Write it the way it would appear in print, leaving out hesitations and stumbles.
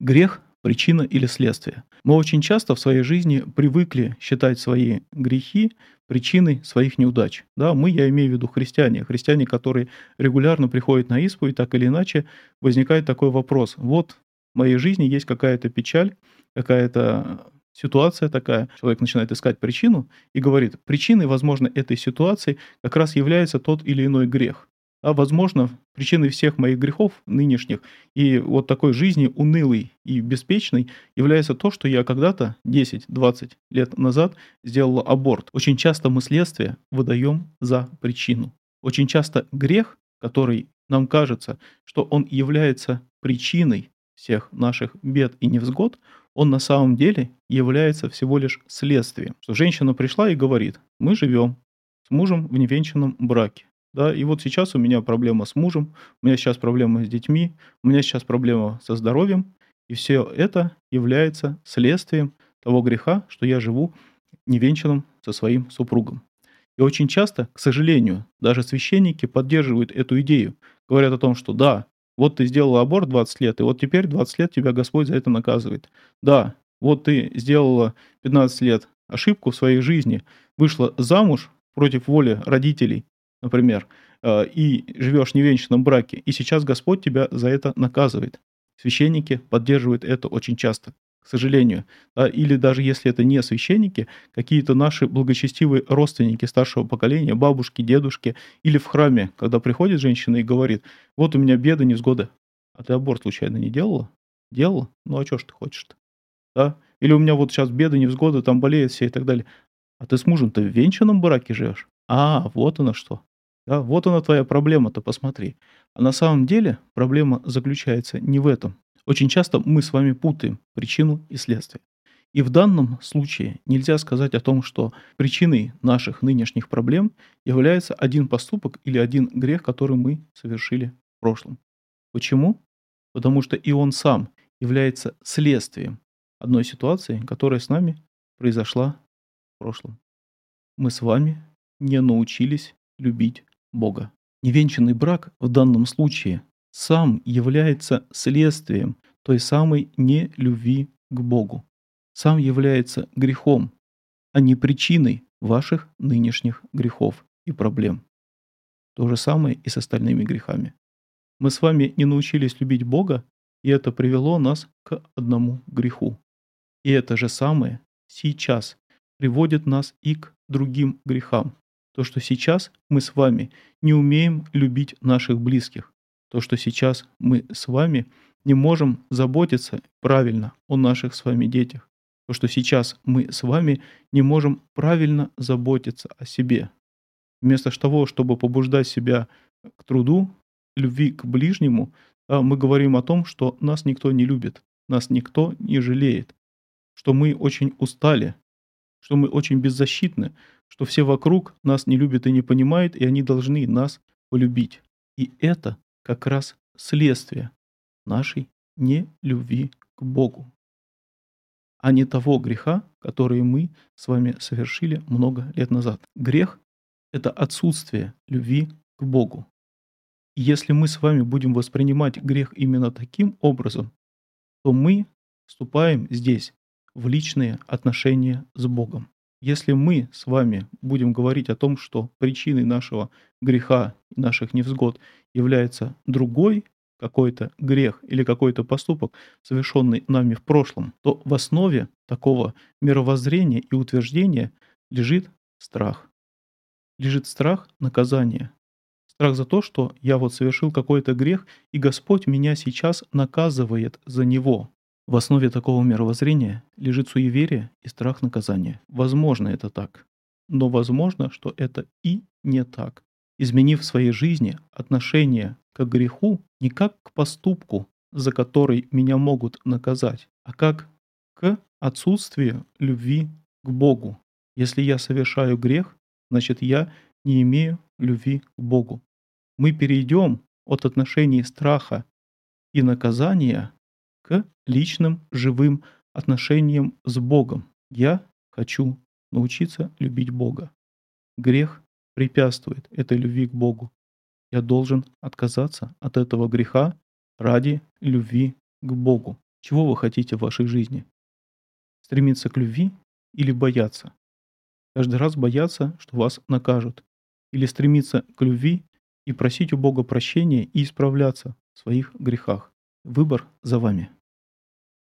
Грех — причина или следствие. Мы очень часто в своей жизни привыкли считать свои грехи причиной своих неудач. Да, мы, я имею в виду христиане. Христиане, которые регулярно приходят на исповедь, так или иначе возникает такой вопрос. Вот в моей жизни есть какая-то печаль, какая-то ситуация такая. Человек начинает искать причину и говорит, причиной, возможно, этой ситуации как раз является тот или иной грех. А возможно, причиной всех моих грехов нынешних и вот такой жизни унылой и беспечной является то, что я когда-то 10-20 лет назад сделал аборт. Очень часто мы следствие выдаем за причину. Очень часто грех, который нам кажется, что он является причиной всех наших бед и невзгод, он на самом деле является всего лишь следствием. Что женщина пришла и говорит, мы живем с мужем в невенчанном браке. Да, и вот сейчас у меня проблема с мужем, у меня сейчас проблема с детьми, у меня сейчас проблема со здоровьем, и все это является следствием того греха, что я живу невенчанным со своим супругом. И очень часто, к сожалению, даже священники поддерживают эту идею. Говорят о том, что да, вот ты сделала аборт 20 лет, и вот теперь 20 лет тебя Господь за это наказывает. Да, вот ты сделала 15 лет ошибку в своей жизни, вышла замуж против воли родителей, например, и живешь в невенчанном браке, и сейчас Господь тебя за это наказывает. Священники поддерживают это очень часто, к сожалению. Или даже если это не священники, какие-то наши благочестивые родственники старшего поколения, бабушки, дедушки, или в храме, когда приходит женщина и говорит, вот у меня беды, невзгоды. А ты аборт случайно не делала? Делала? Ну а что ж ты хочешь-то? Да? Или у меня вот сейчас беды, невзгоды, там болеют все и так далее. А ты с мужем-то в венчанном браке живешь? А, вот оно что. Да, вот она твоя проблема-то, посмотри. А на самом деле проблема заключается не в этом. Очень часто мы с вами путаем причину и следствие. И в данном случае нельзя сказать о том, что причиной наших нынешних проблем является один поступок или один грех, который мы совершили в прошлом. Почему? Потому что и он сам является следствием одной ситуации, которая с нами произошла в прошлом. Мы с вами не научились любить Бога. Невенчанный брак в данном случае сам является следствием той самой нелюбви к Богу. Сам является грехом, а не причиной ваших нынешних грехов и проблем. То же самое и с остальными грехами. Мы с вами не научились любить Бога, и это привело нас к одному греху. И это же самое сейчас приводит нас и к другим грехам. То, что сейчас мы с вами не умеем любить наших близких. То, что сейчас мы с вами не можем заботиться правильно о наших с вами детях. То, что сейчас мы с вами не можем правильно заботиться о себе. Вместо того, чтобы побуждать себя к труду, любви к ближнему, мы говорим о том, что нас никто не любит, нас никто не жалеет, что мы очень устали, что мы очень беззащитны, что все вокруг нас не любят и не понимают, и они должны нас полюбить. И это как раз следствие нашей нелюбви к Богу, а не того греха, который мы с вами совершили много лет назад. Грех — это отсутствие любви к Богу. И если мы с вами будем воспринимать грех именно таким образом, то мы вступаем здесь в личные отношения с Богом. Если мы с вами будем говорить о том, что причиной нашего греха и наших невзгод является другой какой-то грех или какой-то поступок, совершенный нами в прошлом, то в основе такого мировоззрения и утверждения лежит страх. Лежит страх наказания. Страх за то, что я вот совершил какой-то грех, и Господь меня сейчас наказывает за него. В основе такого мировоззрения лежит суеверие и страх наказания. Возможно, это так. Но возможно, что это и не так. Изменив в своей жизни отношение к греху не как к поступку, за который меня могут наказать, а как к отсутствию любви к Богу. Если я совершаю грех, значит я не имею любви к Богу. Мы перейдем от отношений страха и наказания к личным живым отношениям с Богом. Я хочу научиться любить Бога. Грех препятствует этой любви к Богу. Я должен отказаться от этого греха ради любви к Богу. Чего вы хотите в вашей жизни? Стремиться к любви или бояться? Каждый раз бояться, что вас накажут? Или стремиться к любви и просить у Бога прощения и исправляться в своих грехах? Выбор за вами.